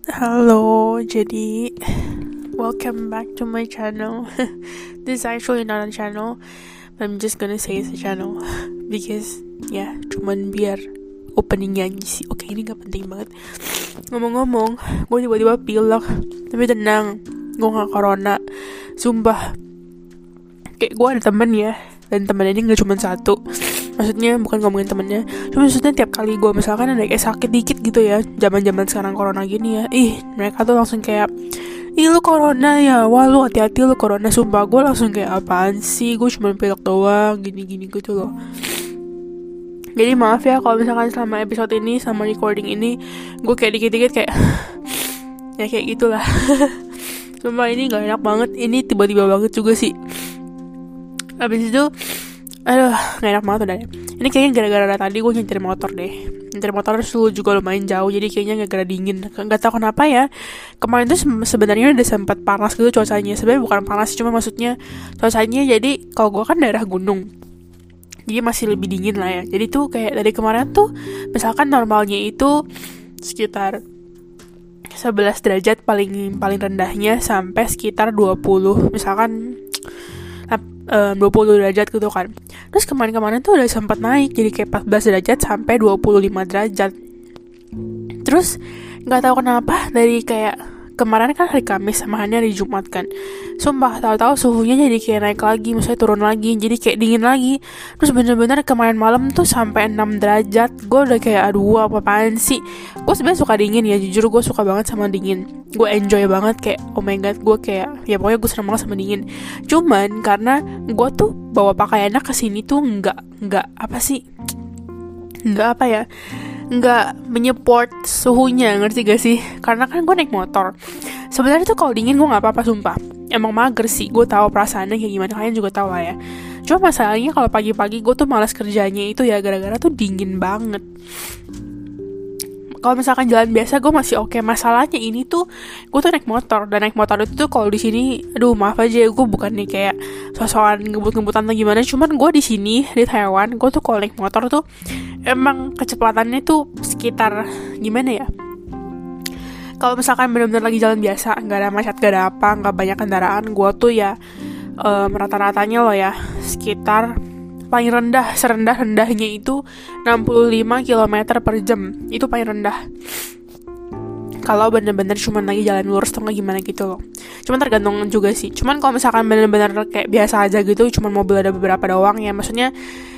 Halo, jadi welcome back to my channel. This is actually not a channel, but I'm just gonna say it's a channel because cuman biar openingnya aja sih. Oke, ini gak penting banget. Ngomong-ngomong, gue tiba-tiba pilek. Tapi tenang, gue gak corona. Sumpah, kayak gue ada temen ya, dan temen ini gak cuma satu. Maksudnya bukan ngomongin temennya, cuma maksudnya tiap kali gue misalkan ada kayak sakit dikit gitu ya, zaman sekarang corona gini ya, mereka tuh langsung kayak, lu corona ya, wah lu hati-hati lu corona. Sumpah gue langsung kayak, apaan sih, gue cuma pilek doang, gini-gini gitu loh. Jadi maaf ya kalau misalkan selama episode ini, sama recording ini, gue kayak dikit-dikit kayak ya kayak gitulah. Sumpah ini gak enak banget, ini tiba-tiba banget juga sih. Habis itu gak enak banget udah. Ini kayaknya gara-gara tadi gue nyetir motor deh. Nyetir motor dulu juga lumayan jauh, jadi kayaknya gara-gara dingin. Gak tahu kenapa ya. Kemarin tuh sebenarnya udah sempat panas gitu cuacanya. Sebenarnya bukan panas, cuma maksudnya cuacanya. Jadi kalau gue kan daerah gunung, jadi masih lebih dingin lah ya. Jadi tuh kayak dari kemarin tuh, misalkan normalnya itu sekitar 11 derajat paling rendahnya, sampai sekitar 20, misalkan 20 derajat gitu kan. Terus kemarin tuh udah sempat naik jadi kayak 14 derajat sampai 25 derajat. Terus gak tahu kenapa dari kayak kemarin kan hari Kamis sama hari Jumat kan, sumpah tahu-tahu suhunya jadi kayak naik lagi, misalnya turun lagi, jadi kayak dingin lagi. Terus bener-bener kemarin malam tuh sampai 6 derajat. Gue udah kayak aduh apaan sih. Gue sebenarnya suka dingin ya, jujur gue suka banget sama dingin. Gue enjoy banget, kayak oh my god, gue kayak ya pokoknya gue seneng banget sama dingin. Cuman karena gue tuh bawa pakaiannya kesini tuh nggak menyupport suhunya, ngerti gak sih? Karena kan gue naik motor. Sebenarnya tuh kalau dingin gue nggak apa-apa, sumpah. Emang mager sih, gue tahu perasaannya kayak gimana, kalian juga tahu lah ya. Cuma masalahnya kalau pagi-pagi gue tuh malas kerjanya itu ya gara-gara tuh dingin banget. Kalau misalkan jalan biasa gue masih oke. Masalahnya ini tuh gue tuh naik motor, dan naik motor itu tuh kalau di sini, aduh maaf aja gue bukannya kayak sosokan ngebut-ngebutan atau gimana, cuman gue di sini di Taiwan, gue tuh kalau naik motor tuh emang kecepatannya tuh sekitar gimana ya? Kalau misalkan benar-benar lagi jalan biasa, nggak ada macet, nggak ada apa, nggak banyak kendaraan, gue tuh ya rata-ratanya loh ya sekitar paling rendah, serendah-rendahnya itu 65 km per jam. Itu paling rendah. Kalau bener-bener cuman lagi jalan lurus atau gimana gitu loh. Cuman tergantung juga sih. Cuman kalau misalkan bener-bener kayak biasa aja gitu, cuman mobil ada beberapa doang ya, maksudnya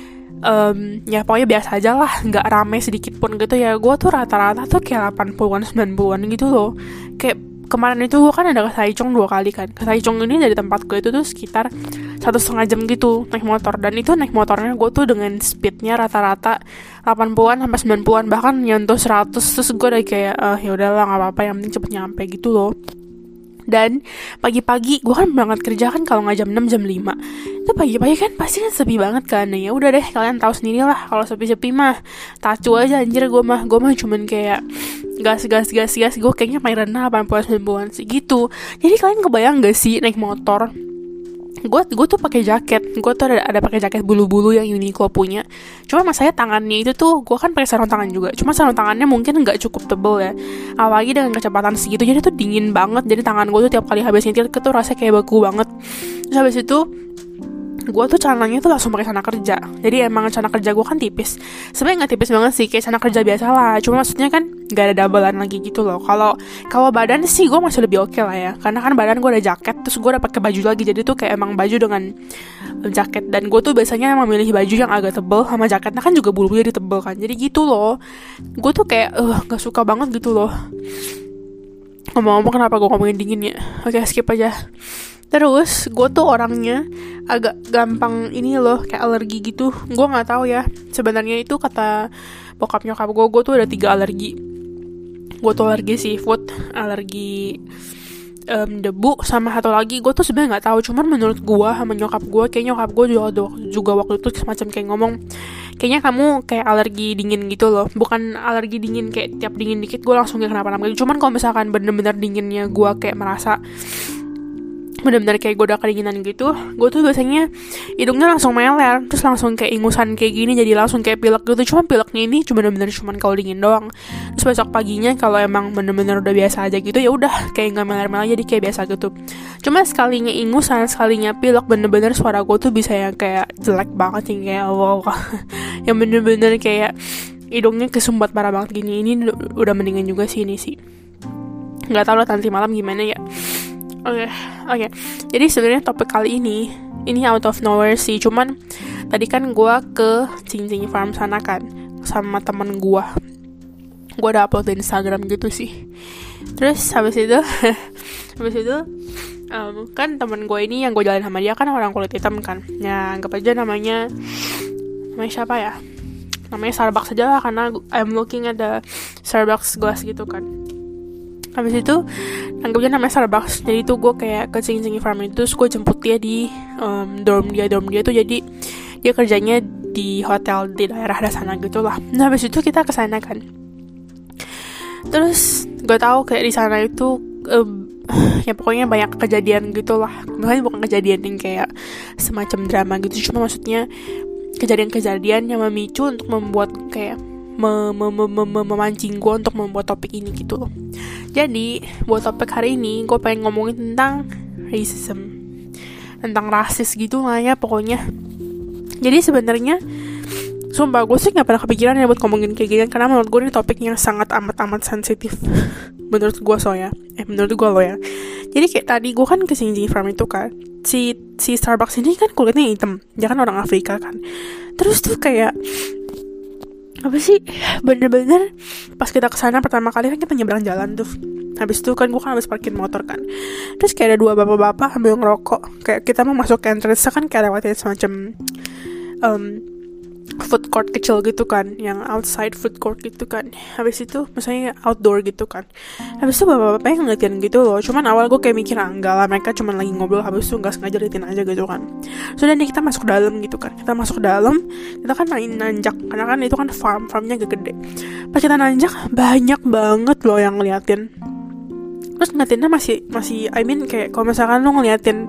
ya pokoknya biasa aja lah, gak rame sedikit pun gitu ya. Gue tuh rata-rata tuh kayak 80-an, 90-an gitu loh. Kayak kemarin itu gue kan ada ke Taichung 2 kali kan. Ke Taichung ini dari tempat gue itu tuh sekitar 1,5 jam gitu naik motor. Dan itu naik motornya gue tuh dengan speednya rata-rata 80-an sampai 90-an, bahkan nyentuh 100. Terus gue udah kayak ya udahlah gak apa-apa, yang penting cepet nyampe gitu loh. Dan pagi-pagi gue kan berangkat kerja kan kalau nggak jam 6 jam 5 itu pagi-pagi kan pasti kan sepi banget kan. Ya udah deh, kalian tahu sendiri lah kalau sepi-sepi mah tacu aja anjir. Gue mah cuman kayak gas gue kayaknya main rendah 80-90-an sih gitu. Jadi kalian kebayang gak sih naik motor, gue tuh pakai jaket. Gue tuh ada pakai jaket bulu-bulu yang Uniqlo punya. Cuma masalahnya tangannya itu tuh gue kan pakai sarung tangan juga. Cuma sarung tangannya mungkin nggak cukup tebel ya, apalagi dengan kecepatan segitu. Jadi tuh dingin banget. Jadi tangan gue tuh tiap kali habis nyetir tuh rasanya kayak beku banget. Terus habis itu gue tuh celananya tuh langsung pakai celana kerja. Jadi emang celana kerja gue kan tipis. Sebenarnya nggak tipis banget sih, kayak celana kerja biasa lah. Cuma maksudnya kan nggak ada doublean lagi gitu loh. Kalau badan sih gue masih lebih oke lah ya, karena kan badan gue ada jaket, terus gue udah pakai baju lagi. Jadi tuh kayak emang baju dengan jaket. Dan gue tuh biasanya memilih baju yang agak tebel, sama jaketnya kan juga bulu-bulu jadi tebel kan. Jadi gitu loh. Gue tuh kayak nggak suka banget gitu loh. Ngomong-ngomong kenapa gue ngomongin dingin ya? Oke, skip aja. Terus gue tuh orangnya agak gampang ini loh, kayak alergi gitu. Gue nggak tahu ya. Sebenarnya itu kata bokap nyokap gue tuh ada 3 alergi. Gue tuh alergi seafood, alergi debu, sama satu lagi gue tuh sebenarnya nggak tahu. Cuman menurut gue sama nyokap gue, kayak nyokap gue juga waktu itu semacam kayak ngomong, kayaknya kamu kayak alergi dingin gitu loh. Bukan alergi dingin kayak tiap dingin dikit gue langsung kayak kenapa-napa. Cuman kalau misalkan bener-bener dinginnya gue kayak merasa benar-benar kayak gue udah kedinginan gitu, gue tuh biasanya hidungnya langsung meler, terus langsung kayak ingusan kayak gini, jadi langsung kayak pilek gitu. Cuma pileknya ini cuma benar-benar cuman kalau dingin doang. Terus besok paginya kalau emang benar-benar udah biasa aja gitu, ya udah kayak nggak meler-meler, jadi kayak biasa gitu. Cuma sekalinya ingusan, sekalinya pilek, bener-bener suara gue tuh bisa yang kayak jelek banget, yang kayak wow, yang bener-bener kayak hidungnya kesumbat parah banget gini. Ini udah mendingan juga sih ini sih. Nggak tahu lah nanti malam gimana ya. Oke. Jadi sebenarnya topik kali ini out of nowhere sih. Cuman tadi kan gue ke Cincin Farm sana kan sama temen gue. Gue udah upload di Instagram gitu sih. Terus habis itu kan temen gue ini yang gue jalan sama dia kan orang kulit hitam kan. Ya anggap aja namanya siapa ya? Namanya Starbucks aja lah, karena I'm looking at the Starbucks glass gitu kan. Habis itu anggapnya namanya Starbucks. Jadi tuh gue kayak ke Cincin Farm itu, terus gue jemput dia di dorm dia tuh, jadi dia kerjanya di hotel di daerah sana gitu lah. Nah habis itu kita kesana kan. Terus gue tahu kayak di sana itu ya pokoknya banyak kejadian gitu lah. Makanya bukan kejadian yang kayak semacam drama gitu, cuma maksudnya kejadian-kejadian yang memicu untuk membuat kayak memancing gue untuk membuat topik ini gitu loh. Jadi buat topik hari ini gue pengen ngomongin tentang racism, tentang rasis gitu lah ya pokoknya. Jadi sebenarnya sumpah gue sih gak pernah kepikiran ya buat ngomongin kayak gini, karena menurut gue ini topik yang sangat amat sensitif. Menurut gue menurut gue loh ya. Jadi kayak tadi gue kan ke Cincin Farm itu kan, si Starbucks ini kan kulitnya hitam, dia kan orang Afrika kan. Terus tuh kayak apa sih, bener-bener pas kita kesana pertama kali kan kita nyebrang jalan tuh. Habis itu kan gue kan habis parkir motor kan, terus kayak ada dua bapak-bapak ambil ngerokok. Kayak kita mau masuk ke entrance kan kayak lewatin semacam food court kecil gitu kan, yang outside food court gitu kan. Habis itu misalnya outdoor gitu kan. Habis itu bapak-bapak yang ngeliatin gitu loh. Cuman awal gue kayak mikir enggak lah, mereka cuma lagi ngobrol. Habis itu gak sengaja liatin aja gitu kan. Sudah nih kita masuk dalam gitu kan. Kita masuk dalam, kita kan nanjak, karena kan itu kan farmnya agak gede. Pas kita nanjak banyak banget loh yang ngeliatin. Terus ngeliatinnya masih I mean kayak kalau misalkan lo ngeliatin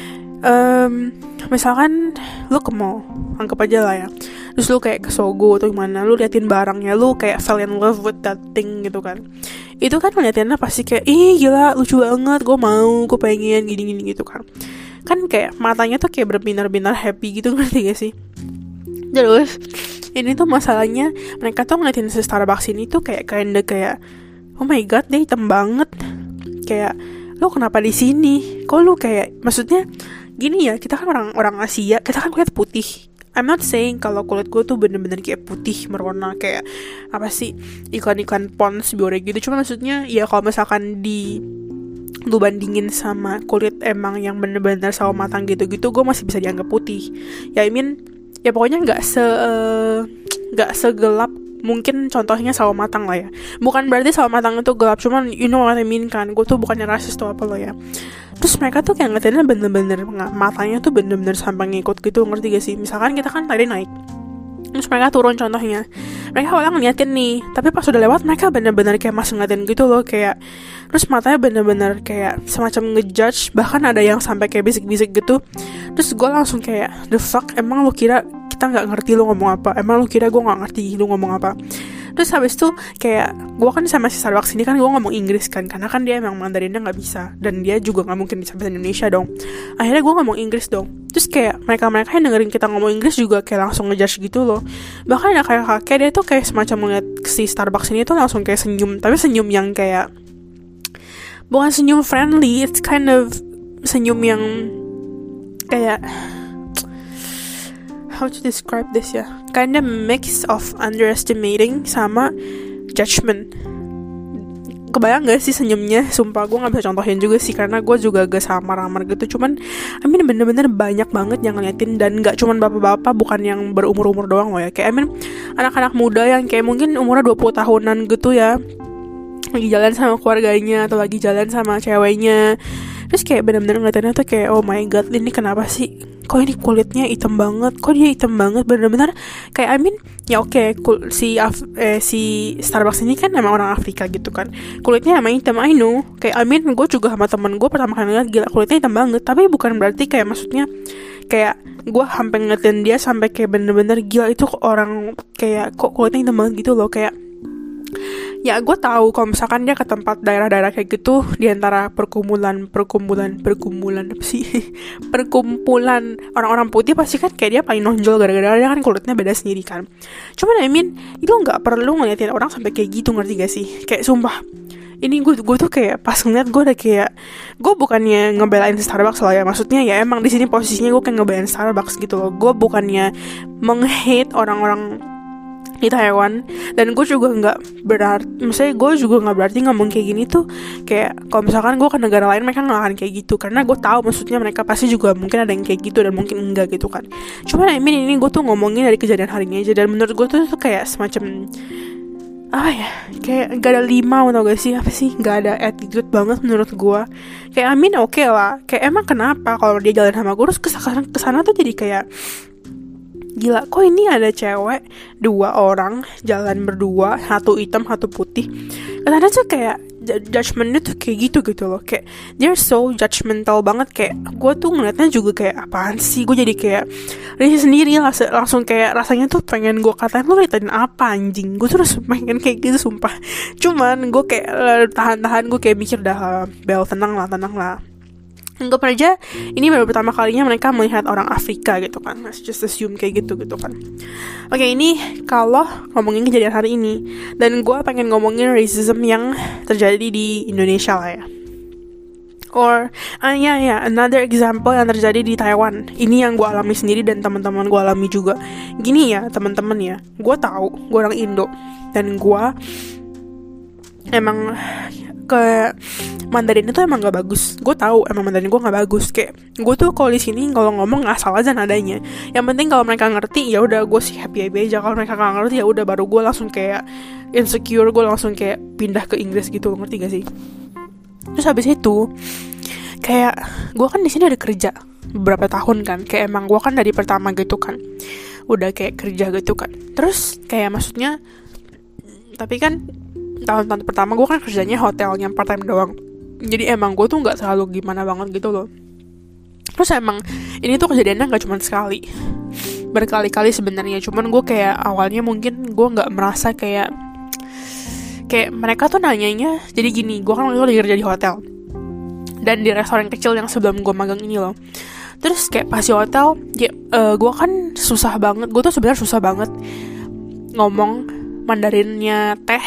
misalkan lu ke mall, anggap aja lah ya, terus lu kayak ke Sogo atau gimana, lu liatin barangnya, lu kayak fell in love with that thing gitu kan. Itu kan ngeliatinnya pasti kayak ih gila lucu banget, gue mau, gue pengen gini gitu kan. Kan kayak matanya tuh kayak berbinar-binar happy gitu, ngerti gak sih? Terus ini tuh masalahnya mereka tuh ngeliatin si Starbucks ini tuh kayak kayak oh my god dia hitam banget. Kayak lu kenapa di sini? Kok lu kayak, maksudnya gini ya, kita kan orang Asia, kita kan kulit putih. I'm not saying kalau kulit gue tuh bener-bener kayak putih merona kayak apa sih ikan pons biore gitu. Cuma maksudnya ya kalau misalkan lu bandingin sama kulit emang yang bener-bener sawo matang gitu-gitu, gue masih bisa dianggap putih. Ya I mean ya pokoknya nggak segelap mungkin contohnya sawo matang lah ya. Bukan berarti sawo matang itu gelap, cuman you know what I mean kan. Gue tuh bukannya rasis tuh apa lo ya. Terus mereka tuh kayak ngeliatinnya bener-bener matanya tuh bener-bener sampai ngikut gitu, ngerti gak sih? Misalkan kita kan tadi naik, terus mereka turun contohnya, mereka awalnya ngeliatin nih, tapi pas udah lewat mereka bener-bener kayak masih ngeliatin gitu loh, kayak terus matanya bener-bener kayak semacam ngejudge, bahkan ada yang sampai kayak bisik-bisik gitu. Terus gue langsung kayak the fuck, emang lu kira kita nggak ngerti lu ngomong apa? Emang lu kira gue nggak ngerti lu ngomong apa? Terus habis itu kayak gue kan sama si Starbucks ini kan gue ngomong Inggris kan, karena kan dia emang Mandarinnya nggak bisa, dan dia juga nggak mungkin bisa bahasa Indonesia dong. Akhirnya gue ngomong Inggris dong. Terus kayak mereka yang dengerin kita ngomong Inggris juga kayak langsung ngejudge gitu loh. Bahkan ada kayak kakek, dia tuh kayak semacam ngeliat si Starbucks ini tuh langsung kayak senyum, tapi senyum yang kayak bukan senyum friendly, it's kind of senyum yang kayak how to describe this ya, kind of mix of underestimating sama judgment. Kebayang gak sih senyumnya? Sumpah gue gak bisa contohin juga sih, karena gue juga agak samar-samar gitu. Cuman I mean bener-bener banyak banget yang ngeliatin, dan gak cuman bapak-bapak, bukan yang berumur-umur doang loh ya. Kayak I mean anak-anak muda yang kayak mungkin umurnya 20 tahunan gitu ya, lagi jalan sama keluarganya atau lagi jalan sama ceweknya. Terus kayak bener-bener ngeliatinnya tuh kayak oh my god, ini kenapa sih kok ini kulitnya hitam banget, kok dia hitam banget, bener-bener kayak ya oke, si Starbucks ini kan emang orang Afrika gitu kan, kulitnya emang hitam, I know, kayak gue juga sama temen gue pertama kali lihat, gila kulitnya hitam banget, tapi bukan berarti kayak maksudnya kayak gue sampai ngeliatin dia sampai kayak bener-bener gila itu orang kayak kok kulitnya hitam banget gitu loh. Kayak ya gue tahu kalau misalkan dia ke tempat daerah-daerah kayak gitu, di antara perkumpulan apa sih perkumpulan orang-orang putih, pasti kan kayak dia paling nonjol gara-gara dia kan kulitnya beda sendiri kan. Cuman itu nggak perlu ngeliatin orang sampai kayak gitu, ngerti gak sih? Kayak sumpah ini gue tuh kayak pas ngeliat gue udah kayak, gue bukannya ngebelain Starbucks loh ya, maksudnya ya emang di sini posisinya gue kayak ngebelain Starbucks gitu loh. Gue bukannya menghate orang-orang di Taiwan, dan gue juga nggak berarti, maksudnya gue juga nggak berarti ngomong kayak gini tuh kayak kalau misalkan gue ke negara lain mereka nggak akan kayak gitu, karena gue tahu maksudnya mereka pasti juga mungkin ada yang kayak gitu dan mungkin enggak gitu kan. Cuman ini gue tuh ngomongin dari kejadian hari ini aja, dan menurut gue tuh kayak semacam apa ya, kayak gak ada lima, tau gak sih, apa sih, gak ada attitude banget menurut gue. Kayak oke lah, kayak emang kenapa kalau dia jalan sama gue terus kesana tuh jadi kayak gila, kok ini ada cewek 2 orang jalan berdua, satu hitam satu putih. Karena tuh kayak judgementnya tuh kayak gitu loh, kayak they're so judgmental banget. Kayak gue tuh ngeliatnya juga kayak apaan sih, gue jadi kayak risih sendiri lah, langsung kayak rasanya tuh pengen gue katain lu liatin apa anjing, gue terus pengen kayak gitu sumpah. Cuman gue kayak tahan-tahan, gue kayak mikir dah Bel, tenang lah. Anggap aja ini baru pertama kalinya mereka melihat orang Afrika gitu kan, let's just assume kayak gitu kan. Oke, ini kalau ngomongin kejadian hari ini, dan gue pengen ngomongin racism yang terjadi di Indonesia lah ya. Or another example yang terjadi di Taiwan. Ini yang gue alami sendiri dan teman-teman gue alami juga. Gini ya teman-teman ya, gue tahu gue orang Indo dan gue emang ke Mandarin itu emang gak bagus. Gue tahu emang Mandarin gue gak bagus. Kayak gue tuh kalau di sini kalau ngomong ngasal aja nadanya. Yang penting kalau mereka ngerti ya udah gue sih happy aja. Kalau mereka gak ngerti ya udah baru gue langsung kayak insecure, gue langsung kayak pindah ke Inggris gitu, ngerti gak sih? Terus habis itu kayak gue kan di sini ada kerja beberapa tahun kan. Kayak emang gue kan dari pertama gitu kan udah kayak kerja gitu kan. Terus kayak maksudnya, tapi kan tahun-tahun pertama gue kan kerjanya hotel yang part time doang, jadi emang gue tuh nggak selalu gimana banget gitu loh. Terus emang ini tuh kejadiannya nggak cuma sekali, berkali-kali sebenarnya. Cuman gue kayak awalnya mungkin gue nggak merasa kayak mereka tuh nanyanya. Jadi gini, gue kan waktu itu lagi kerja di hotel dan di restoran kecil yang sebelum gue magang ini loh. Terus kayak pas di hotel ya, gue kan susah banget, gue tuh sebenarnya susah banget ngomong Mandarinnya teh,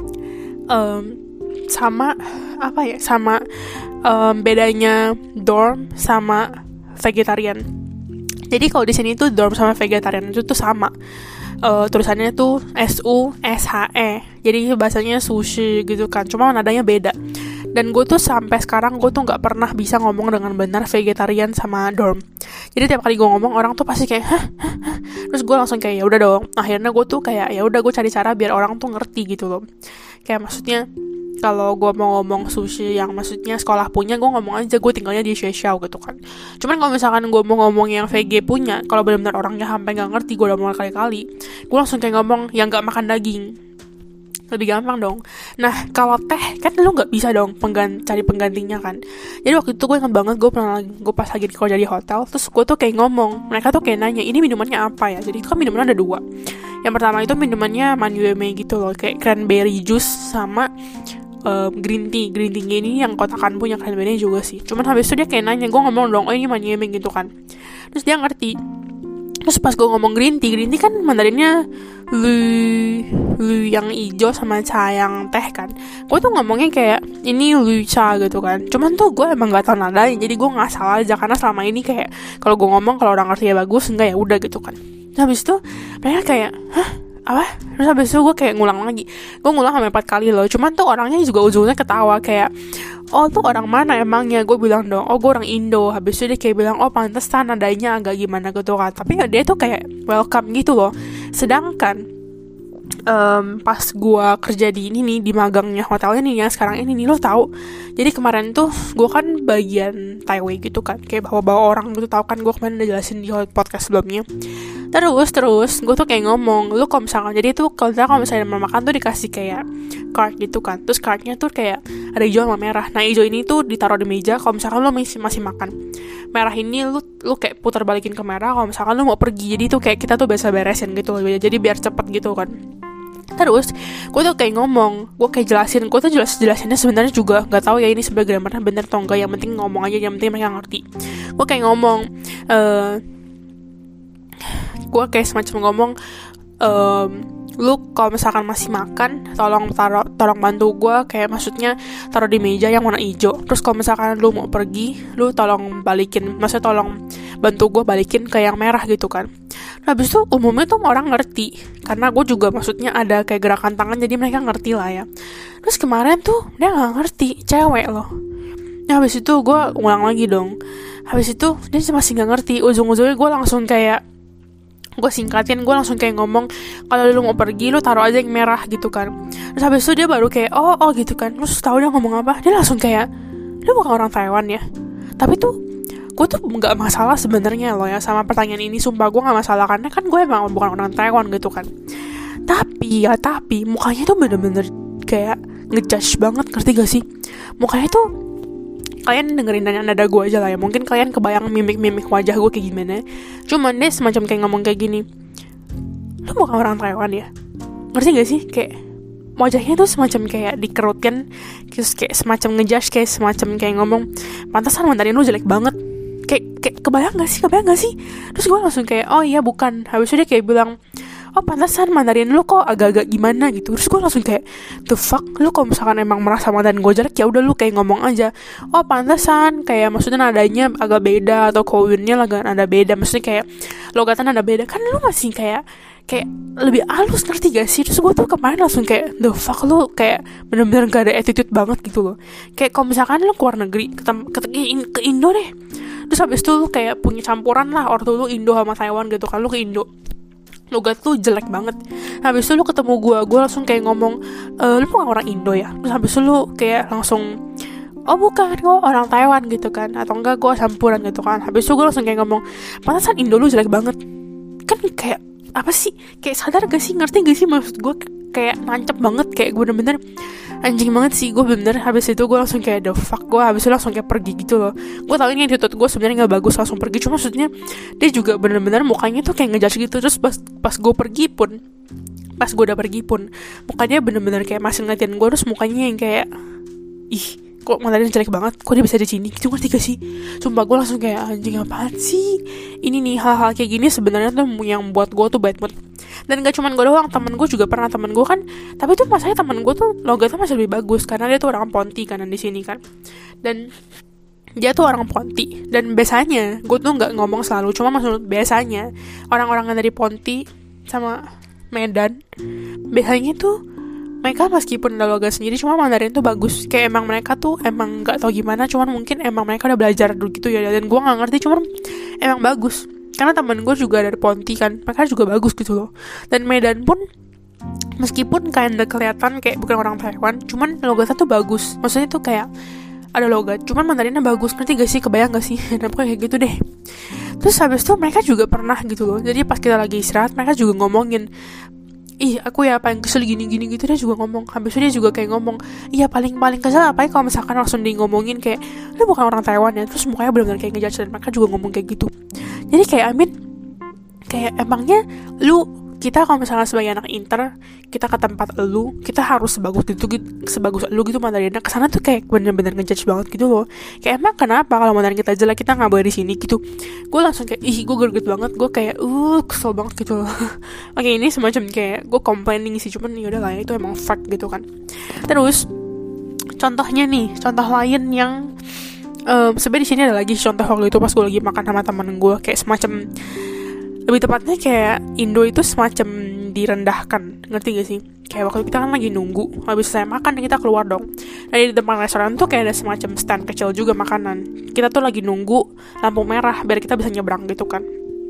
sama apa ya, sama bedanya dorm sama vegetarian. Jadi kalau di sini tuh dorm sama vegetarian itu tuh sama, tulisannya tuh SUSHE, jadi bahasanya sushi gitu kan, cuma nadanya beda. Dan gue tuh sampai sekarang gue tuh nggak pernah bisa ngomong dengan benar vegetarian sama dorm. Jadi tiap kali gue ngomong orang tuh pasti kayak hah? Terus gue langsung kayak ya udah dong. Akhirnya gue tuh kayak ya udah gue cari cara biar orang tuh ngerti gitu loh. Kayak maksudnya kalau gue mau ngomong sushi yang maksudnya sekolah punya, gue ngomong aja gue tinggalnya di Sheshao gitu kan. Cuman kalau misalkan gue mau ngomong yang VG punya, kalau benar-benar orangnya sampai nggak ngerti, gue udah mau kali-kali, gue langsung kayak ngomong yang nggak makan daging. Lebih gampang dong. Nah kalau teh kan lu nggak bisa dong cari penggantinya kan. Jadi waktu itu gue ingat banget, gue pas lagi kerja di hotel, terus gue tuh kayak ngomong, mereka tuh kayak nanya ini minumannya apa ya. Jadi itu kan minumannya ada 2. Yang pertama itu minumannya Manyueme gitu loh, kayak cranberry juice sama green tea ini yang kotakan punya cranberry juga sih. Cuman habis itu dia kayak nanya, gue ngomong dong, oh ini Manyueme gitu kan. Terus dia ngerti. Terus pas gue ngomong green tea kan Mandarinnya lu yang hijau sama cha yang teh kan. Gue tuh ngomongnya kayak ini lu cha gitu kan. Cuman tuh gue emang gak tau nadanya, jadi gue nggak salah aja karena selama ini kayak kalau gue ngomong kalau orang ngerti ya bagus, enggak ya udah gitu kan. Nah, habis itu mereka kayak hah apa? Terus habis itu gue kayak ngulang lagi. Gue ngulang sampai 4 kali loh. Cuman tuh orangnya juga ujungnya ketawa kayak, oh tuh orang mana emangnya? Gue bilang dong, oh gue orang Indo. Habis itu dia kayak bilang, oh pantesan nadanya agak gimana gitu kan. Tapi ya dia tuh kayak welcome gitu loh. Sedangkan pas gue kerja di ini nih, di magangnya hotelnya nih yang sekarang ini nih, lo tahu. Jadi kemarin tuh gue kan bagian Taiwei gitu kan, kayak bawa orang gitu, tahu kan gue kemarin udah jelasin di podcast sebelumnya. Terus gue tuh kayak ngomong, lu kalau misalkan, jadi tuh kalau misalnya mau makan tuh dikasih kayak card gitu kan, terus cardnya tuh kayak ada hijau sama merah. Nah hijau ini tuh ditaruh di meja kalau misalkan lu masih makan, merah ini lu kayak putar balikin ke merah kalau misalkan lu mau pergi. Jadi tuh kayak kita tuh biasa beresin gitu loh, jadi biar cepet gitu kan. Terus gue tuh kayak ngomong, gue kayak jelasin, gue tuh jelasinnya sebenarnya juga nggak tahu ya ini sebenarnya grammarnya bener atau enggak, yang penting ngomong aja, yang penting mereka ngerti. Gue kayak ngomong, gue kayak semacam ngomong, lu kalau misalkan masih makan, tolong bantu gue, kayak maksudnya taruh di meja yang warna hijau. Terus kalau misalkan lu mau pergi, lu tolong balikin, maksudnya tolong bantu gue balikin ke yang merah gitu kan. Nah habis itu umumnya tuh orang ngerti, karena gue juga maksudnya ada kayak gerakan tangan, jadi mereka ngerti lah ya. Terus kemarin tuh dia nggak ngerti, cewek loh. Nah habis itu gue ulang lagi dong. Habis itu dia masih nggak ngerti. Ujung-ujungnya gue langsung kayak, gue singkatin, gue langsung kayak ngomong, kalau lu mau pergi lu taruh aja yang merah gitu kan. Terus habis itu dia baru kayak oh gitu kan. Terus tahu dia ngomong apa, dia langsung kayak, lu bukan orang Taiwan ya. Tapi tuh gue tuh nggak masalah sebenarnya loh ya sama pertanyaan ini, sumpah gue nggak masalah, karena kan gue emang bukan orang Taiwan gitu kan. Tapi mukanya tuh bener-bener kayak ngejudge banget, ngerti gak sih? Mukanya tuh, kalian dengerin nada gue aja lah ya, mungkin kalian kebayang mimik wajah gue kayak gimana. Cuman dia semacam kayak ngomong kayak gini, lu bukan orang Taiwan ya, ngerti gak sih? Kayak wajahnya tuh semacam kayak dikerutkan, terus kayak semacam ngejudge, kayak semacam kayak ngomong, pantasan Mandarin lu jelek banget. Kayak kebayang gak sih? Terus gue langsung kayak, oh iya bukan. Habis itu dia kayak bilang, oh pantasan Mandarin lu kok agak-agak gimana gitu. Terus gue langsung kayak, the fuck, lu kalau misalkan emang merasa Mandarin gue jelek, ya udah lu kayak ngomong aja, oh pantasan, kayak maksudnya nadanya agak beda, atau kowinnya agak ada beda, maksudnya kayak logatan ada beda. Kan lu masih kayak lebih halus, ngerti gak sih? Terus gue tuh kemarin langsung kayak, the fuck, lu kayak bener-bener gak ada attitude banget gitu loh. Kayak kalau misalkan lu keluar negeri, ke Indo deh, terus habis itu lu kayak punya campuran lah, ortu lu Indo sama Taiwan gitu kan, lu ke Indo, logat lu jelek banget. Habis itu lu ketemu gue langsung kayak ngomong, lu bukan orang Indo ya? Terus habis itu lu kayak langsung, oh bukan, gue orang Taiwan gitu kan, atau enggak gue campuran gitu kan. Habis itu gue langsung kayak ngomong, pantasan Indo lu jelek banget. Kan kayak apa sih, kayak sadar gak sih, ngerti gak sih maksud gue? Kayak nancep banget, kayak gue bener-bener anjing banget sih gue bener. Habis itu gue langsung kayak, the fuck, gue habis itu langsung kayak pergi gitu loh. Gue tau ini attitude gue sebenarnya nggak bagus, langsung pergi. Cuma maksudnya dia juga bener-bener mukanya tuh kayak ngejudge gitu. Terus pas gue udah pergi pun mukanya bener-bener kayak masih ngeliatin gue, terus mukanya yang kayak, ih kok Mandarin jelek banget, kok dia bisa di sini gitu, ngerti gak sih? Sumpah gue langsung kayak, anjing apaan sih ini nih. Hal-hal kayak gini sebenarnya tuh yang buat gue tuh bad mood. Dan gak cuman gue doang, temen gue juga pernah. Temen gue kan, tapi tuh masalahnya temen gue tuh logatnya masih lebih bagus, karena dia tuh orang Ponti kanan di sini kan, dan dia tuh orang Ponti. Dan biasanya gue tuh nggak ngomong selalu, cuma maksud biasanya orang-orang yang dari Ponti sama Medan, biasanya tuh mereka meskipun ada logat sendiri, cuma Mandarin tuh bagus. Kayak emang mereka tuh emang gak tau gimana, cuman mungkin emang mereka udah belajar dulu gitu ya. Dan gue gak ngerti, cuman emang bagus. Karena temen gue juga dari Ponti kan, mereka juga bagus gitu loh. Dan Medan pun meskipun kinda kelihatan kayak bukan orang Taiwan, cuman logatnya tuh bagus. Maksudnya tuh kayak ada logat, cuman Mandarinnya bagus. Ngerti gak sih, kebayang gak sih? Dan kayak gitu deh. Terus habis itu mereka juga pernah gitu loh. Jadi pas kita lagi istirahat, mereka juga ngomongin, ih aku ya paling kesel gini-gini gitu. Dia juga ngomong, habis itu dia juga kayak ngomong, iya paling kesel apa ya kalau misalkan langsung di ngomongin kayak, lu bukan orang Taiwan ya. Terus mukanya benar-benar kayak ngejudge, dan mereka juga ngomong kayak gitu. Jadi kayak kayak emangnya kita kalau misalnya sebagai anak inter, kita ke tempat kita harus sebagus lu gitu Mandarinnya. Kesana tuh kayak bener-bener ngejudge banget gitu loh. Kayak emang kenapa kalau Mandarin kita jelek kita nggak boleh di sini gitu. Gue langsung kayak, ih gue greget banget. Gue kayak kesel banget gitu loh. Oke, ini semacam kayak gue complaining sih, cuman yaudah lah ya, itu emang fact gitu kan. Terus contoh lain yang sebenarnya di sini ada lagi contoh waktu itu pas gue lagi makan sama temen gue, kayak semacam, lebih tepatnya kayak Indo itu semacam direndahkan, ngerti gak sih? Kayak waktu kita kan lagi nunggu, habis saya makan kita keluar dong. Nah di depan restoran tuh kayak ada semacam stand kecil juga makanan. Kita tuh lagi nunggu lampu merah biar kita bisa nyebrang gitu kan.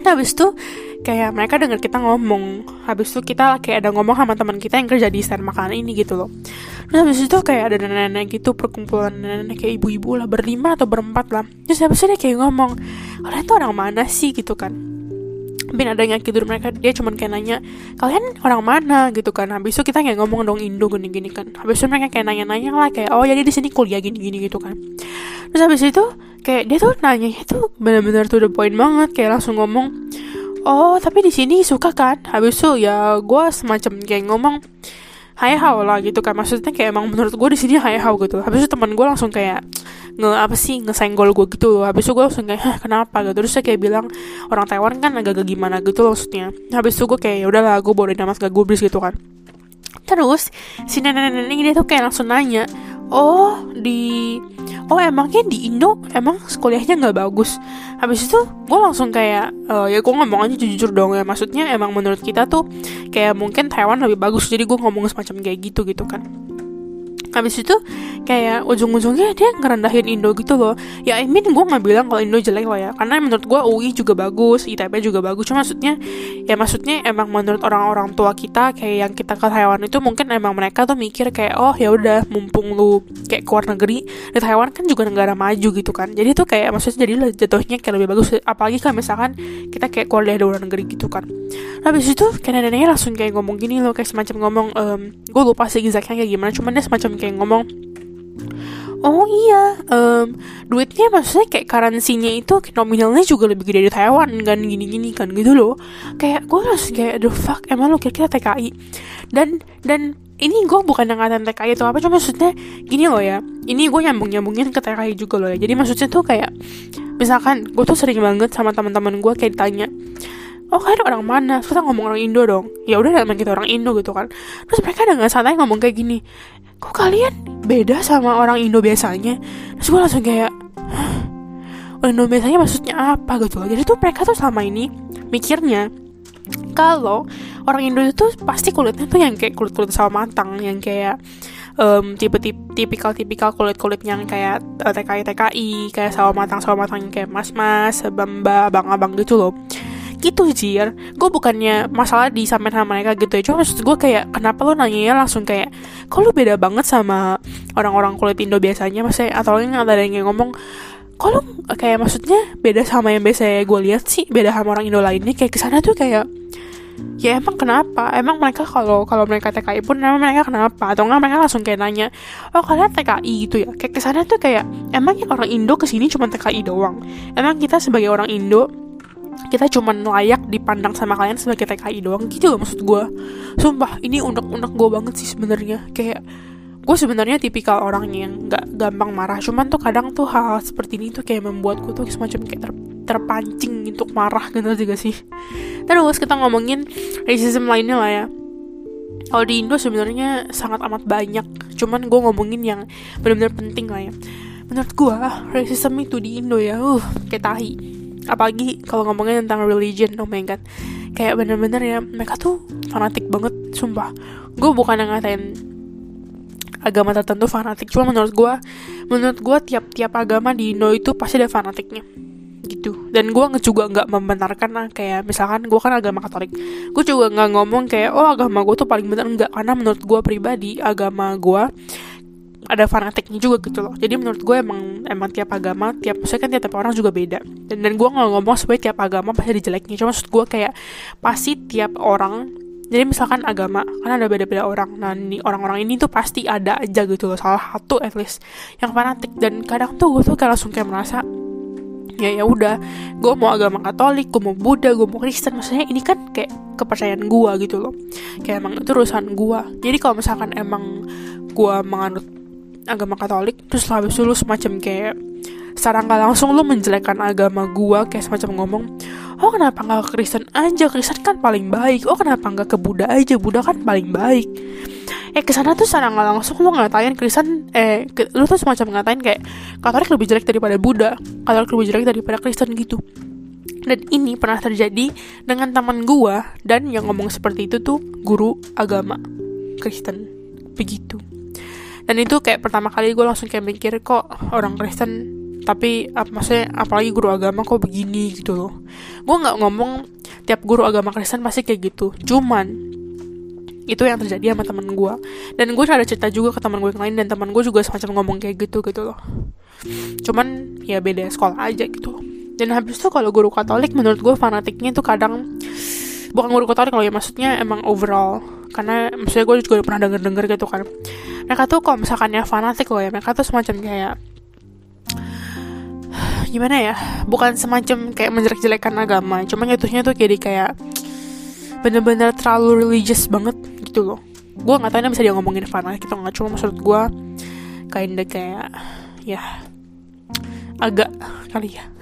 Nah, habis itu kayak mereka denger kita ngomong. Habis itu kita kayak ada ngomong sama teman kita yang kerja di stand makanan ini gitu loh. Nah, habis itu kayak ada nenek-nenek gitu, perkumpulan nenek kayak ibu-ibu lah, 5 atau 4 lah. Terus habis itu dia kayak ngomong, kalian tuh orang mana sih gitu kan. Mungkin ada yang tidur mereka, dia cuman kayak nanya, kalian orang mana gitu kan. Habis itu kita kayak ngomong dong Indo gini-gini kan. Habis itu mereka kayak nanya-nanya lah kayak, oh jadi di sini kuliah gini-gini gitu kan. Terus habis itu kayak dia tuh nanya itu benar-benar to the point banget, kayak langsung ngomong, oh tapi di sini suka kan. Habis itu ya gue semacam kayak ngomong hai how lah gitu kan, maksudnya kayak emang menurut gue di sini hai how gitu. Habis itu teman gue langsung kayak ngesenggol gue gitu. Habis itu gue langsung kayak hah kenapa gitu. Terus saya kayak bilang orang Taiwan kan agak-agak gimana gitu loh maksudnya. Habis itu gue kayak ya udahlah gue bodoh amat gak gubris gitu kan. Terus si nenek-nenek ini dia tuh kayak langsung nanya, oh emangnya di Indo emang kuliahnya nggak bagus. Habis itu gue langsung kayak ya gue ngomong aja jujur dong ya, maksudnya emang menurut kita tuh kayak mungkin Taiwan lebih bagus, jadi gue ngomong semacam kayak gitu kan. Habis itu kayak ujung-ujungnya dia ngerendahin Indo gitu loh. Ya I mean gue gak bilang kalau Indo jelek loh ya, karena menurut gue UI juga bagus, ITB juga bagus. Cuma maksudnya emang menurut orang-orang tua kita kayak yang kita ke Taiwan itu mungkin emang mereka tuh mikir kayak oh ya udah mumpung lu kayak keluar negeri, di Taiwan kan juga negara maju gitu kan. Jadi tuh kayak maksudnya jadi jatuhnya kayak lebih bagus. Apalagi kalau misalkan kita kayak keluar dari luar negeri gitu kan. Habis itu kayak neneknya langsung kayak ngomong gini loh, kayak semacam ngomong gue lupa sih exactnya kayak gimana, cuman dia semacam kayak ngomong, oh iya duitnya maksudnya kayak currency-nya itu nominalnya juga lebih gede di Taiwan kan, gini-gini kan gitu loh. Kayak gue langsung kayak the fuck, emang lu kira-kira TKI? Dan ini gue bukan ngatain TKI atau apa, cuma maksudnya gini loh ya, ini gue nyambungin ke TKI juga loh ya. Jadi maksudnya tuh kayak misalkan gue tuh sering banget sama teman-teman gue kayak ditanya, oh kalian orang mana? Terus kita ngomong orang Indo dong. Ya udah emang kita orang Indo gitu kan. Terus mereka dengan santai ngomong kayak gini, kok kalian beda sama orang Indo biasanya? Terus gue langsung kayak, orang Indo biasanya maksudnya apa gitu loh. Jadi tuh mereka tuh selama ini mikirnya kalau orang Indo itu pasti kulitnya tuh yang kayak kulit sawo matang, yang kayak tipikal kulit yang kayak TKI kayak sawo matang yang kayak mas mbak abang gitu loh. Gitu Jir, gue bukannya masalah disamain sama mereka gitu ya, cuma maksud gue kayak kenapa lo nanyanya langsung kayak kok lo beda banget sama orang-orang kulit Indo biasanya, maksudnya atau yang ada yang ngomong kok lo kayak maksudnya beda sama yang biasa gue lihat sih, beda sama orang Indo lainnya. Kayak kesana tuh kayak ya emang kenapa, emang mereka kalau mereka TKI pun emang mereka kenapa, atau enggak mereka langsung kayak nanya, oh kalian TKI gitu ya. Kayak kesana tuh kayak emang orang Indo kesini cuma TKI doang, emang kita sebagai orang Indo kita cuman layak dipandang sama kalian sebagai TKI doang gitu loh maksud gue. Sumpah ini unek-unek gue banget sih sebenarnya. Kayak gue sebenarnya tipikal orangnya yang nggak gampang marah, cuman tuh kadang tuh hal seperti ini tuh kayak membuat gue tuh semacam kayak terpancing untuk marah gitu juga sih. Terus kita ngomongin racism lainnya lah ya. Kalau di Indo sebenarnya sangat amat banyak, cuman gue ngomongin yang benar-benar penting lah ya. Menurut gue racism itu di Indo ya kayak tahi. Apalagi kalau ngomongin tentang religion, oh my god, kayak bener-bener ya mereka tuh fanatik banget, sumpah. Gue bukan ngatain agama tertentu fanatik, cuma menurut gue tiap agama di Indo itu pasti ada fanatiknya gitu. Dan gue juga nggak membenarkan kayak misalkan gue kan agama Katolik, gue juga nggak ngomong kayak oh agama gue tuh paling benar, enggak. Karena menurut gue pribadi agama gue ada fanatiknya juga gitu loh. Jadi menurut gue emang tiap agama, maksudnya kan tiap orang juga beda. Dan gue nggak ngomong supaya tiap agama pasti ada jeleknya. Cuma maksud gue kayak pasti tiap orang, jadi misalkan agama kan ada beda-beda orang. Nah ini orang-orang ini tuh pasti ada aja gitu loh, salah satu at least yang fanatik. Dan kadang tuh gue tuh kayak langsung kayak merasa ya udah, gue mau agama Katolik, gue mau Buddha, gue mau Kristen, maksudnya ini kan kayak kepercayaan gue gitu loh. Kayak emang itu urusan gue. Jadi kalau misalkan emang gue menganut agama Katolik, terus habis itu lu semacam kayak secara nggak langsung lu menjelekkan agama gua, kayak semacam ngomong, oh kenapa nggak ke Kristen aja, Kristen kan paling baik, oh kenapa nggak ke Buddha aja, Buddha kan paling baik. Kesana tuh secara nggak langsung lu ngatain Kristen, lu tuh semacam ngatain kayak Katolik lebih jelek daripada Buddha, Katolik lebih jelek daripada Kristen gitu. Dan ini pernah terjadi dengan teman gua, dan yang ngomong seperti itu tuh guru agama Kristen begitu. Dan itu kayak pertama kali gue langsung kayak mikir, kok orang Kristen Tapi maksudnya apalagi guru agama kok begini gitu loh. Gue nggak ngomong tiap guru agama Kristen pasti kayak gitu, cuman itu yang terjadi sama teman gue. Dan gue ada cerita juga ke teman gue yang lain, dan teman gue juga semacam ngomong kayak gitu loh. Cuman ya beda sekolah aja gitu. Dan habis itu kalau guru Katolik, menurut gue fanatiknya tuh kadang, bukan guru Katolik loh ya, maksudnya emang overall. Karena maksudnya gue juga pernah denger gitu kan, mereka tuh kalau misalkan ya fanatik loh ya, mereka tuh semacam kayak gimana ya, bukan semacam kayak menjelek-jelekan agama, cuma jatuhnya tuh kayak bener-bener terlalu religious banget gitu loh. Gue nggak tahu ini bisa dia ngomongin fanatik gitu nggak, cuma maksud gue kayak ya agak kali ya.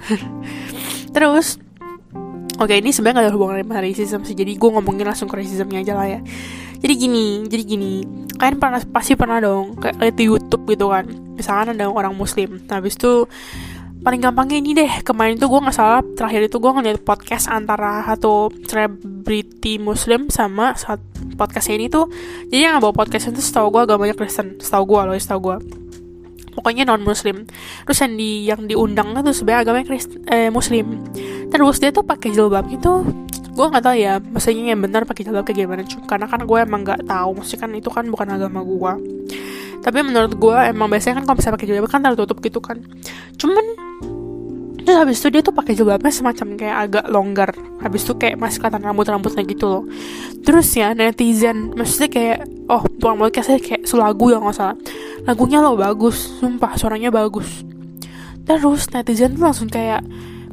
Terus oke, ini sebenarnya gak ada hubungan sama racism sih, jadi gue ngomongin langsung ke racismnya aja lah ya. Jadi gini, kalian pasti pernah dong kayak lihat di YouTube gitu kan, misalkan ada orang muslim, nah habis itu paling gampangnya ini deh, kemarin tuh gue nggak salah terakhir itu gue ngeliat podcast antara satu selebriti muslim sama podcastnya ini tuh, jadi yang bawa podcast itu setahu gue agamanya Kristen, setahu gue pokoknya non muslim. Terus yang diundangnya tuh sebenarnya agamanya muslim. Terus dia tuh pakai jilbab itu, gue nggak tahu ya maksudnya yang benar pakai jilbab kayak gimana, karena kan gue emang nggak tahu, maksudnya kan itu kan bukan agama gue. Tapi menurut gue emang biasanya kan kalau misalnya pakai jilbab kan tertutup gitu kan. Cuman terus habis itu dia tuh pakai jilbabnya semacam kayak agak longgar, habis itu kayak masih kelihatan rambutnya gitu loh. Terus ya netizen, maksudnya kayak bukan podcastnya, kayak selagu ya nggak salah, lagunya lo bagus, sumpah suaranya bagus. Terus netizen tuh langsung kayak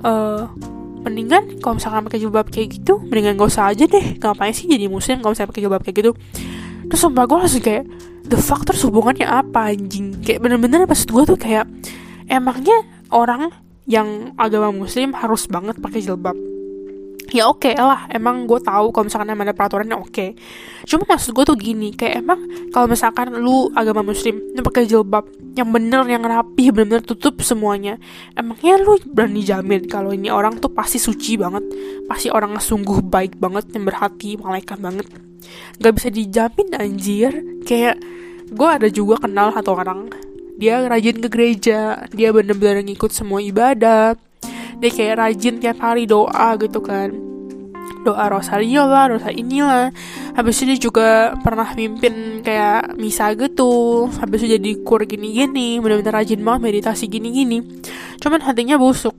mendingan kalau misalkan pakai jilbab kayak gitu, mendingan gak usah aja deh, ngapain sih jadi muslim kalau misalnya pakai jilbab kayak gitu. Terus sumpah gue langsung kayak the fuck, terus hubungannya apa anjing? Kayak bener-bener maksud gue tuh kayak emangnya orang yang agama muslim harus banget pakai jilbab? Ya oke lah, emang gue tahu kalau misalkan emang ada peraturannya oke. Cuma maksud gue tuh gini, kayak emang kalau misalkan lu agama muslim lu pakai jilbab yang bener, yang rapi, bener-bener tutup semuanya, emangnya lu berani jamin kalau ini orang tuh pasti suci banget, pasti orang sungguh baik banget, yang berhati malaikat banget? Gak bisa dijamin anjir. Kayak gue ada juga kenal satu orang, dia rajin ke gereja, dia bener-bener ngikut semua ibadah, dia kayak rajin tiap hari doa gitu kan, doa rosario lah, rosa inilah. Habis itu dia juga pernah mimpin kayak misa gitu, habis itu jadi kur gini-gini, bener-bener rajin banget meditasi gini-gini. Cuman hatinya busuk,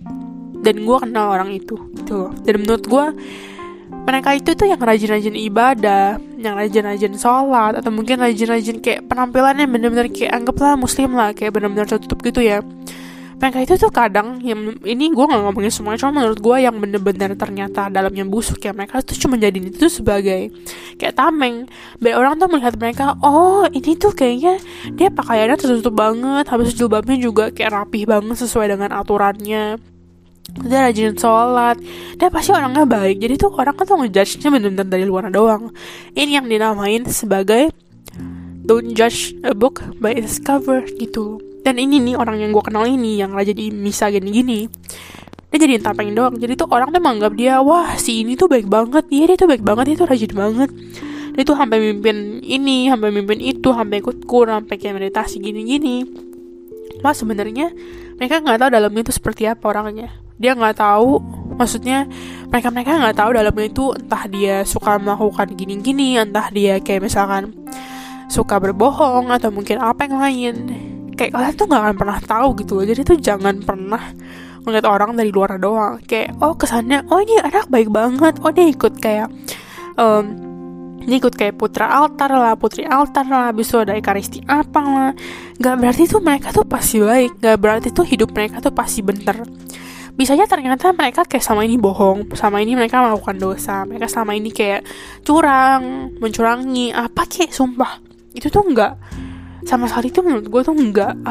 dan gue kenal orang itu gitu loh. Dan menurut gue mereka itu tuh yang rajin-rajin ibadah, yang rajin-rajin sholat, atau mungkin rajin-rajin kayak penampilannya bener-bener kayak anggaplah muslim lah, kayak bener-bener tertutup gitu ya. Mereka itu tuh kadang, yang ini gue gak ngomongin semuanya, cuma menurut gue yang bener-bener ternyata dalamnya busuk ya, mereka tuh cuma jadiin itu sebagai kayak tameng. Biar orang tuh melihat mereka, oh ini tuh kayaknya dia pakaiannya tertutup banget, habis jilbabnya juga kayak rapih banget sesuai dengan aturannya, dia rajin sholat, dia pasti orangnya baik. Jadi tuh orang kan tuh ngejudge-nya bener-bener dari luar doang. Ini yang dinamain sebagai don't judge a book by its cover gitu. Dan ini nih orang yang gue kenal ini, yang rajin di misa gini-gini, dia jadiin tameng doang. Jadi tuh orang tuh menganggap dia, wah si ini tuh baik banget, dia tuh baik banget, dia tuh rajin banget, dia tuh sampai mimpin ini, sampai mimpin itu, sampai ikut kur, sampai kayak meditasi gini-gini. Wah sebenarnya mereka nggak tahu dalamnya itu seperti apa orangnya. Dia nggak tahu, maksudnya mereka nggak tahu dalamnya itu, entah dia suka melakukan gini-gini, entah dia kayak misalkan suka berbohong, atau mungkin apa yang lain. Kayak kalian tuh nggak akan pernah tahu gitu loh. Jadi tuh jangan pernah ngeliat orang dari luar doang. Kayak kesannya, ini anak baik banget, dia ikut kayak dia ikut kayak putra altar lah, putri altar lah, habis itu ada ekaristi apa lah. Gak berarti tuh mereka tuh pasti baik, gak berarti tuh hidup mereka tuh pasti bener. Bisanya ternyata mereka kayak sama ini bohong, sama ini mereka melakukan dosa, mereka sama ini kayak curang, mencurangi apa kayak, sumpah itu tuh nggak sama sekali tuh menurut gue tuh nggak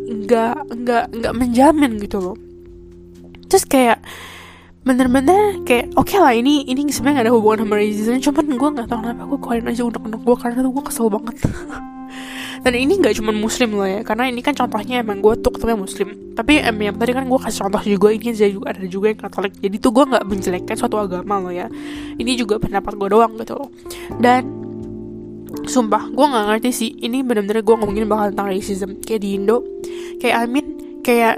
nggak menjamin gitu loh. Terus kayak bener-bener kayak oke lah, ini sebenarnya gak ada hubungan sama racism, cuman gue nggak tahu kenapa gue keluarin aja unek-unek gue, karena tuh gue kesel banget. Dan ini nggak cuma muslim loh ya, karena ini kan contohnya emang gue tuh ketemu muslim, tapi yang tadi kan gue kasih contoh juga, ini ada juga yang Katolik. Jadi tuh gue nggak menjelekkan suatu agama loh ya, ini juga pendapat gue doang gitu loh. Dan sumpah gue nggak ngerti sih, ini bener-bener gue ngomongin bakal tentang racism kayak di Indo, kayak kayak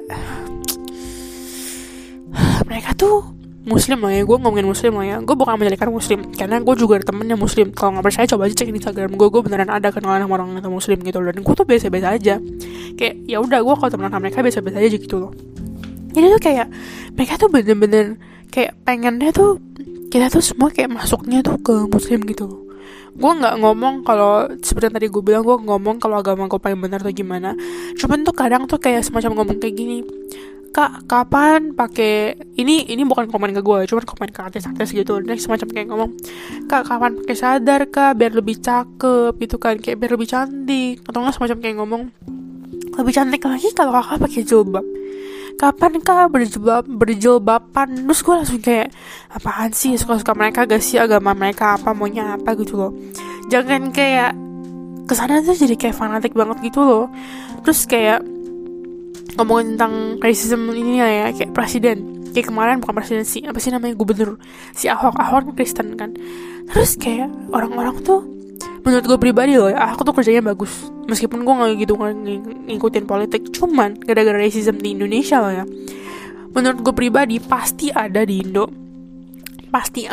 mereka tuh Muslim lah ya, gue ngomongin Muslim lah ya, gue bukan menjadikan Muslim karena gue juga ada temen yang Muslim. Kalau nggak percaya coba aja cek di Instagram gue beneran ada kenalan sama orang yang Muslim gitu loh. Dan gue tuh biasa-biasa aja, kayak ya udah gue kalau temenan sama mereka biasa-biasa aja gitu loh. Jadi tuh kayak mereka tuh bener-bener kayak pengennya tuh kita tuh semua kayak masuknya tuh ke Muslim gitu loh. Gue nggak ngomong kalau seperti tadi gue bilang, gue ngomong kalau agama gue paling benar atau gimana. Cuman tuh kadang tuh kayak semacam ngomong kayak gini, Kak, kapan pakai ini bukan komen ke gue, cuman komen ke artis-artis gitu. Dan semacam kayak ngomong, Kak, kapan pakai sadar Kak, biar lebih cakep gitu kan, kayak biar lebih cantik. Atau nggak semacam kayak ngomong, lebih cantik lagi kalau kakak pakai jilbab. Kapan Kak berjilbaban? Terus gue langsung kayak, apaan sih, suka-suka mereka gak sih, agama mereka apa, maunya apa gitu loh. Jangan kayak kesana tuh jadi kayak fanatik banget gitu loh. Terus kayak ngomongin tentang racism ini ya, kayak presiden, kayak kemarin bukan presiden sih, apa sih namanya, gubernur si Ahok kan Kristen kan. Terus kayak orang-orang tuh, menurut gue pribadi loh ya, Ahok tuh kerjanya bagus meskipun gue nggak gitu ngikutin politik. Cuman gara-gara racism di Indonesia loh ya, menurut gue pribadi pasti ada di Indo, pasti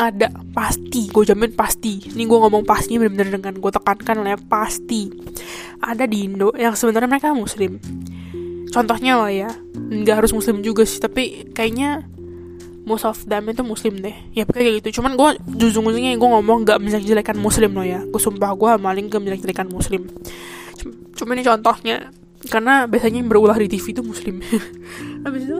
gue jamin pasti. Ini gue ngomong pasti bener-bener dengan gue tekankan lah ya, pasti ada di Indo yang sebenarnya mereka Muslim. Contohnya lah ya, nggak harus Muslim juga sih, tapi kayaknya most of them itu Muslim deh. Ya kayak gitu. Cuman gue ujung-ujungnya gue ngomong gak menjelek-jelekan Muslim loh ya. Gue sumpah gue maling gak menjelek-jelekan Muslim. Cuma ini contohnya, karena biasanya yang berulah di TV itu Muslim. Habis itu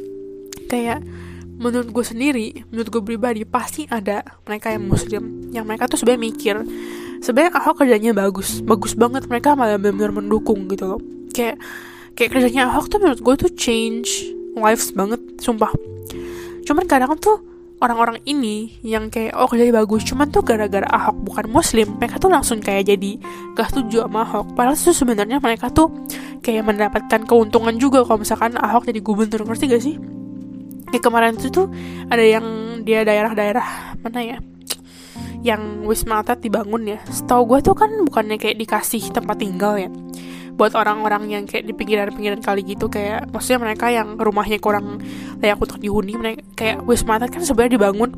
kayak menurut gue sendiri, menurut gue pribadi pasti ada mereka yang Muslim, yang mereka tuh sebenarnya mikir, sebenarnya Ahok kerjanya bagus banget, mereka malah benar-benar mendukung gitu loh. Kayak kerjanya Ahok tuh menurut gue tuh change lives banget, sumpah. Cuman kadang tuh orang-orang ini yang kayak kerjanya bagus, cuman tuh gara-gara Ahok bukan Muslim, mereka tuh langsung kayak jadi gak setuju sama Ahok. Padahal tuh sebenarnya mereka tuh kayak mendapatkan keuntungan juga kalau misalkan Ahok jadi gubernur, ngerti gak sih? Kayak kemarin tuh ada yang dia daerah-daerah mana ya, yang Wisma Atlet dibangun ya. Setahu gue tuh kan bukannya kayak dikasih tempat tinggal ya buat orang-orang yang kayak di pinggiran-pinggiran kali gitu, kayak maksudnya mereka yang rumahnya kurang layak untuk dihuni. Mereka kayak Wisma Atlet kan sebenarnya dibangun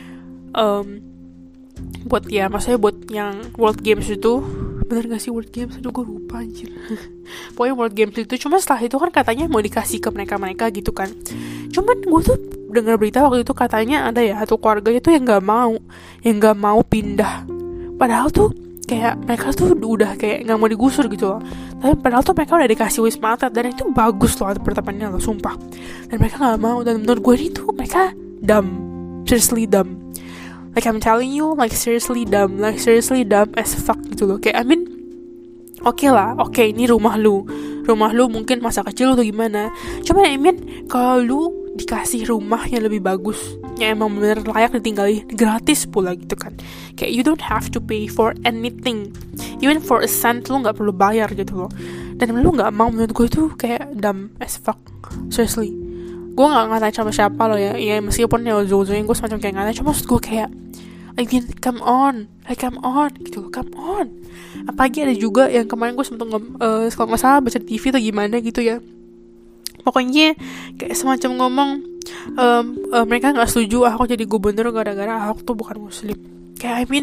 buat ya, maksudnya buat yang World Games itu, bener gak sih World Games? Aduh gue lupa anjir. Pokoknya World Games itu, cuma setelah itu kan katanya mau dikasih ke mereka gitu kan. Cuman gue tuh dengar berita waktu itu katanya ada ya satu keluarganya tuh yang nggak mau pindah. Padahal tuh kayak mereka tuh udah kayak nggak mau digusur gitu loh. Tapi padahal tuh mereka udah dikasih Wisma Atlet dan itu bagus loh apartemennya loh, sumpah. Dan mereka nggak mau, dan menurut gue itu mereka dumb, seriously dumb. Like I'm telling you, like seriously dumb as fuck gitu loh. Kayak I mean, oke, ini rumah lu mungkin masa kecil atau gimana. Cuma I mean, kalau lu dikasih rumah yang lebih bagus, yang emang bener layak ditinggali, gratis pula gitu kan. Kayak you don't have to pay for anything, even for a cent lu nggak perlu bayar gitu loh. Dan lu nggak mau, menurut gue itu kayak dumb as fuck, seriously. Gue nggak ngatain sama siapa loh ya, meskipun ya ujung-ujungnya gue semacam kayak ngatain, cuma maksud gue kayak, I mean, come on gitu loh, come on. Apalagi ada juga yang kemarin gue sempet kalau nggak salah baca TV atau gimana gitu ya, pokoknya kayak semacam ngomong mereka nggak setuju Ahok jadi gubernur gara-gara Ahok tuh bukan Muslim. Kayak I mean,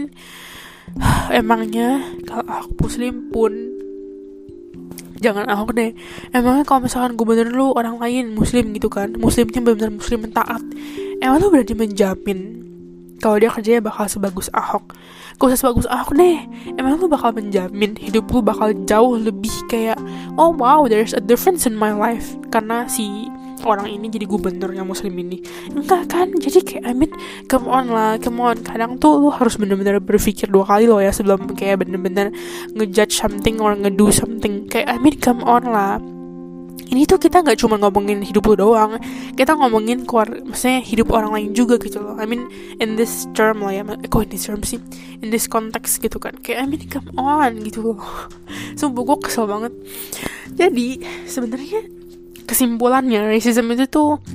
emangnya kalau Ahok Muslim pun, jangan Ahok deh, emangnya kalau misalkan gubernur lu orang lain Muslim gitu kan, Muslimnya benar-benar Muslim taat, emang lu berani menjamin kalau dia kerjanya bakal sebagus Ahok? Gak usah sebagus Ahok deh, emang lu bakal menjamin hidup lu bakal jauh lebih kayak, oh wow, there's a difference in my life karena si orang ini jadi gubernur yang Muslim ini? Enggak kan? Jadi kayak I mean, come on. Kadang tuh lu harus bener-bener berpikir dua kali loh ya sebelum kayak bener-bener ngejudge something or ngedo something. Kayak I mean, come on lah. Ini tuh kita gak cuma ngomongin hidup lu doang, kita ngomongin maksudnya hidup orang lain juga gitu loh. I mean, in this term lah ya, in this context gitu kan. Kayak I mean, come on gitu loh. Sumpah gue kesel banget. Jadi sebenarnya kesimpulannya, racism itu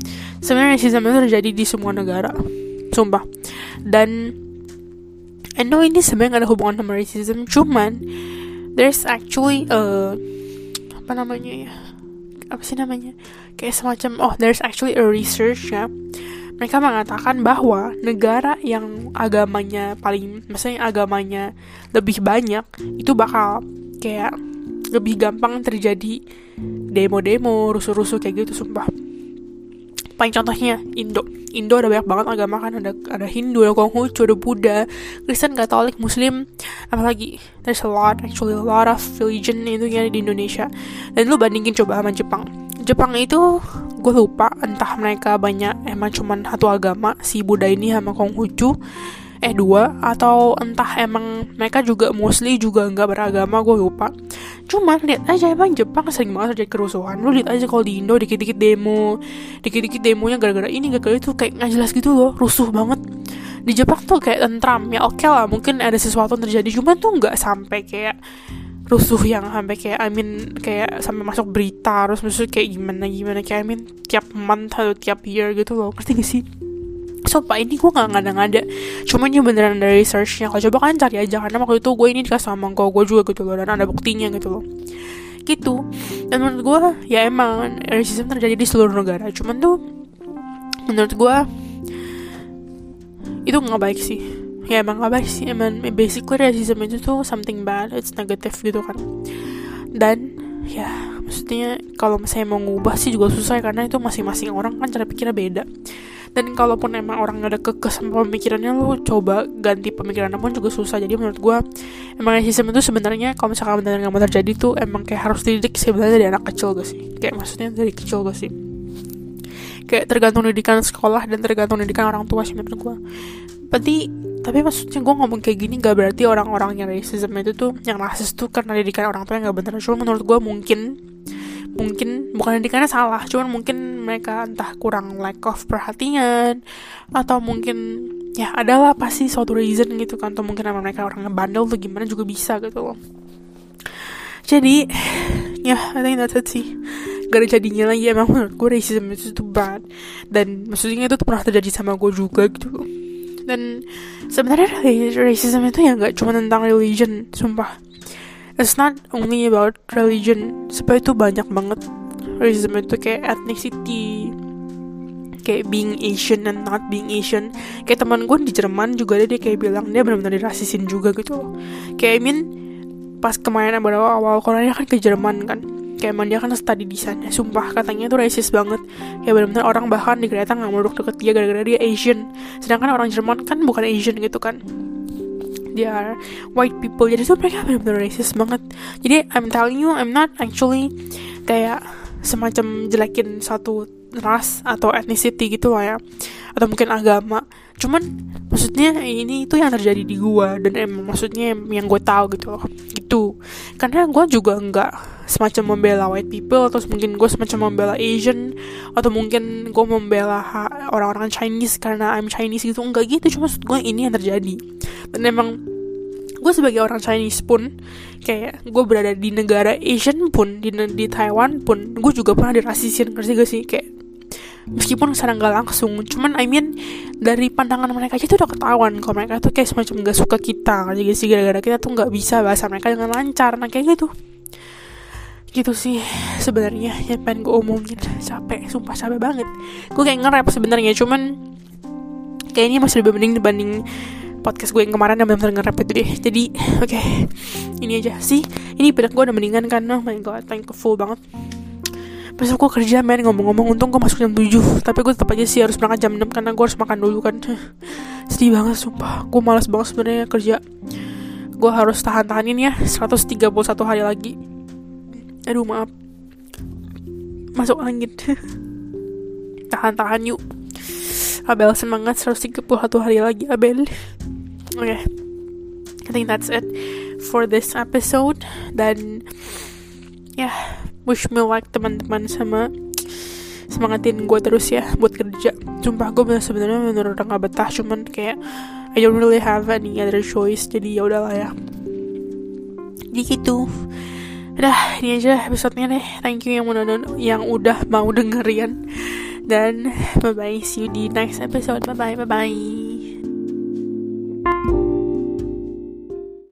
terjadi di semua negara, sumpah. Dan I know ini sebenarnya gak ada hubungan sama racism, cuman there's actually apa sih namanya, kayak semacam there's actually a research ya. Mereka mengatakan bahwa negara yang agamanya maksudnya agamanya lebih banyak itu bakal kayak lebih gampang terjadi demo-demo, rusuh-rusuh kayak gitu, sumpah. Paling contohnya Indo ada banyak banget agama kan, ada Hindu, ada Konghucu, ada Buddha, Kristen, Katolik, Muslim, apalagi there's a lot of religion itu ya di Indonesia. Dan lu bandingin coba sama Jepang itu gue lupa, entah mereka banyak emang cuman satu agama si Buddha ini sama Konghucu dua, atau entah emang mereka juga mostly juga nggak beragama, gue lupa. Cuman lihat aja emang Jepang sering banget terjadi kerusuhan. Lu lihat aja kalau di Indo dikit-dikit demonya gara-gara ini gara-gara itu, kayak nggak jelas gitu loh, rusuh banget. Di Jepang tuh kayak tentram ya, oke lah mungkin ada sesuatu yang terjadi, cuman tuh nggak sampai kayak rusuh yang sampai kayak kayak sampai masuk berita, terus maksudnya kayak gimana kayak tiap month atau tiap year gitu loh, ngerti gak sih? Sumpah ini gue gak ngada-ngada, cuman ini beneran dari researchnya. Kalau coba kan cari aja, karena waktu itu gue ini dikasih sama gue juga gitu loh, dan ada buktinya gitu loh gitu. Dan menurut gue ya emang racism terjadi di seluruh negara, cuman tuh menurut gue itu gak baik sih. Ya emang gak baik sih, emang basically racism itu tuh something bad, it's negative gitu kan. Dan ya maksudnya kalau misalnya mau ngubah sih juga susah, karena itu masing-masing orang kan cara pikirnya beda. Dan kalaupun emang orang ada kekeh sama pemikirannya, lu coba ganti pemikirannya pun juga susah. Jadi menurut gue emang racism itu sebenarnya kalau misalkan benar nggak mau terjadi tuh emang kayak harus dididik sebenarnya dari anak kecil gak sih? Kayak maksudnya dari kecil gak sih? Kayak tergantung didikan sekolah dan tergantung didikan orang tua sih menurut gue. Tapi maksudnya gue ngomong kayak gini gak berarti orang-orang yang racism itu tuh, yang rasis tuh karena didikan orang tua yang gak benar. Cuma menurut gue mungkin bukan didikannya salah, cuman mungkin mereka entah kurang lack of perhatian, atau mungkin ya adalah pasti suatu reason gitu kan, atau mungkin emang mereka orangnya bandel tuh gimana juga bisa gitu loh. Jadi ya I think that's it sih, gak ada jadinya lagi. Emang menurut gue racism itu tuh bad, dan maksudnya itu tuh pernah terjadi sama gue juga gitu loh. Dan sebenarnya racism itu ya gak cuma tentang religion, sumpah. It's not only about religion, sebab itu banyak banget. Racism itu kayak ethnicity, kayak being Asian and not being Asian. Kayak teman gue di Jerman juga dia kayak bilang dia benar-benar dirasisin juga gitu loh. Kayak pas kemarin awal corona kan ke Jerman kan, kayak emang dia kan study di sana. Sumpah katanya tuh racist banget. Kayak benar-benar orang bahkan di kereta nggak mau duduk deket dia gara-gara dia Asian. Sedangkan orang Jerman kan bukan Asian gitu kan, they are white people. Jadi tuh mereka benar-benar racist banget. Jadi I'm telling you, I'm not actually kayak semacam jelekin satu ras atau ethnicity gitu lah ya, atau mungkin agama. Cuman maksudnya ini itu yang terjadi di gua, dan emang maksudnya yang gue tahu gitu loh gitu. Karena gue juga nggak semacam membela white people, atau mungkin gue semacam membela Asian, atau mungkin gue membela orang-orang Chinese karena I'm Chinese gitu, enggak gitu. Cuma maksud gue ini yang terjadi. Dan emang gue sebagai orang Chinese pun, kayak gue berada di negara Asian pun, di Taiwan pun, gue juga pernah dirasisin, ngerti gak sih? Kayak meskipun secara nggak langsung, cuman dari pandangan mereka aja tuh udah ketahuan kalau mereka tuh kayak semacam nggak suka kita, ngerti gak sih? Gara-gara kita tuh nggak bisa bahasa mereka dengan lancar, nah kayak gitu sih sebenarnya yang pengen gue omongin. Sumpah capek banget. Gue kayak nge-rap sebenarnya, cuman kayaknya masih lebih mending dibanding podcast gue yang kemarin yang benar-benar nge-rap itu deh. Jadi oke, ini aja sih. Ini bedak gue udah mendingan kan. Oh my god, thankful banget. Besok gue kerja men, ngomong-ngomong untung gue masuk jam 7. Tapi gue tetap aja sih harus berangkat jam 6 karena gue harus makan dulu kan. Sedih banget sumpah. Gue malas banget sebenarnya kerja. Gue harus tahan-tahanin ya 131 hari lagi. Aduh maaf, masuk angin. Tahan-tahan yuk Abel, semangat, 131 hari lagi Abel. Okay, I think that's it for this episode. Dan ya, wish me luck teman-teman, sama semangatin gue terus ya buat kerja. Sumpah gue sebenarnya bener udah gak betah, cuman kayak I don't really have any other choice. Jadi ya udahlah ya. Jadi gitu. Udah, ini aja episode-nya deh. Thank you yang udah mau dengerin. Dan bye-bye, see you di next episode. Bye-bye.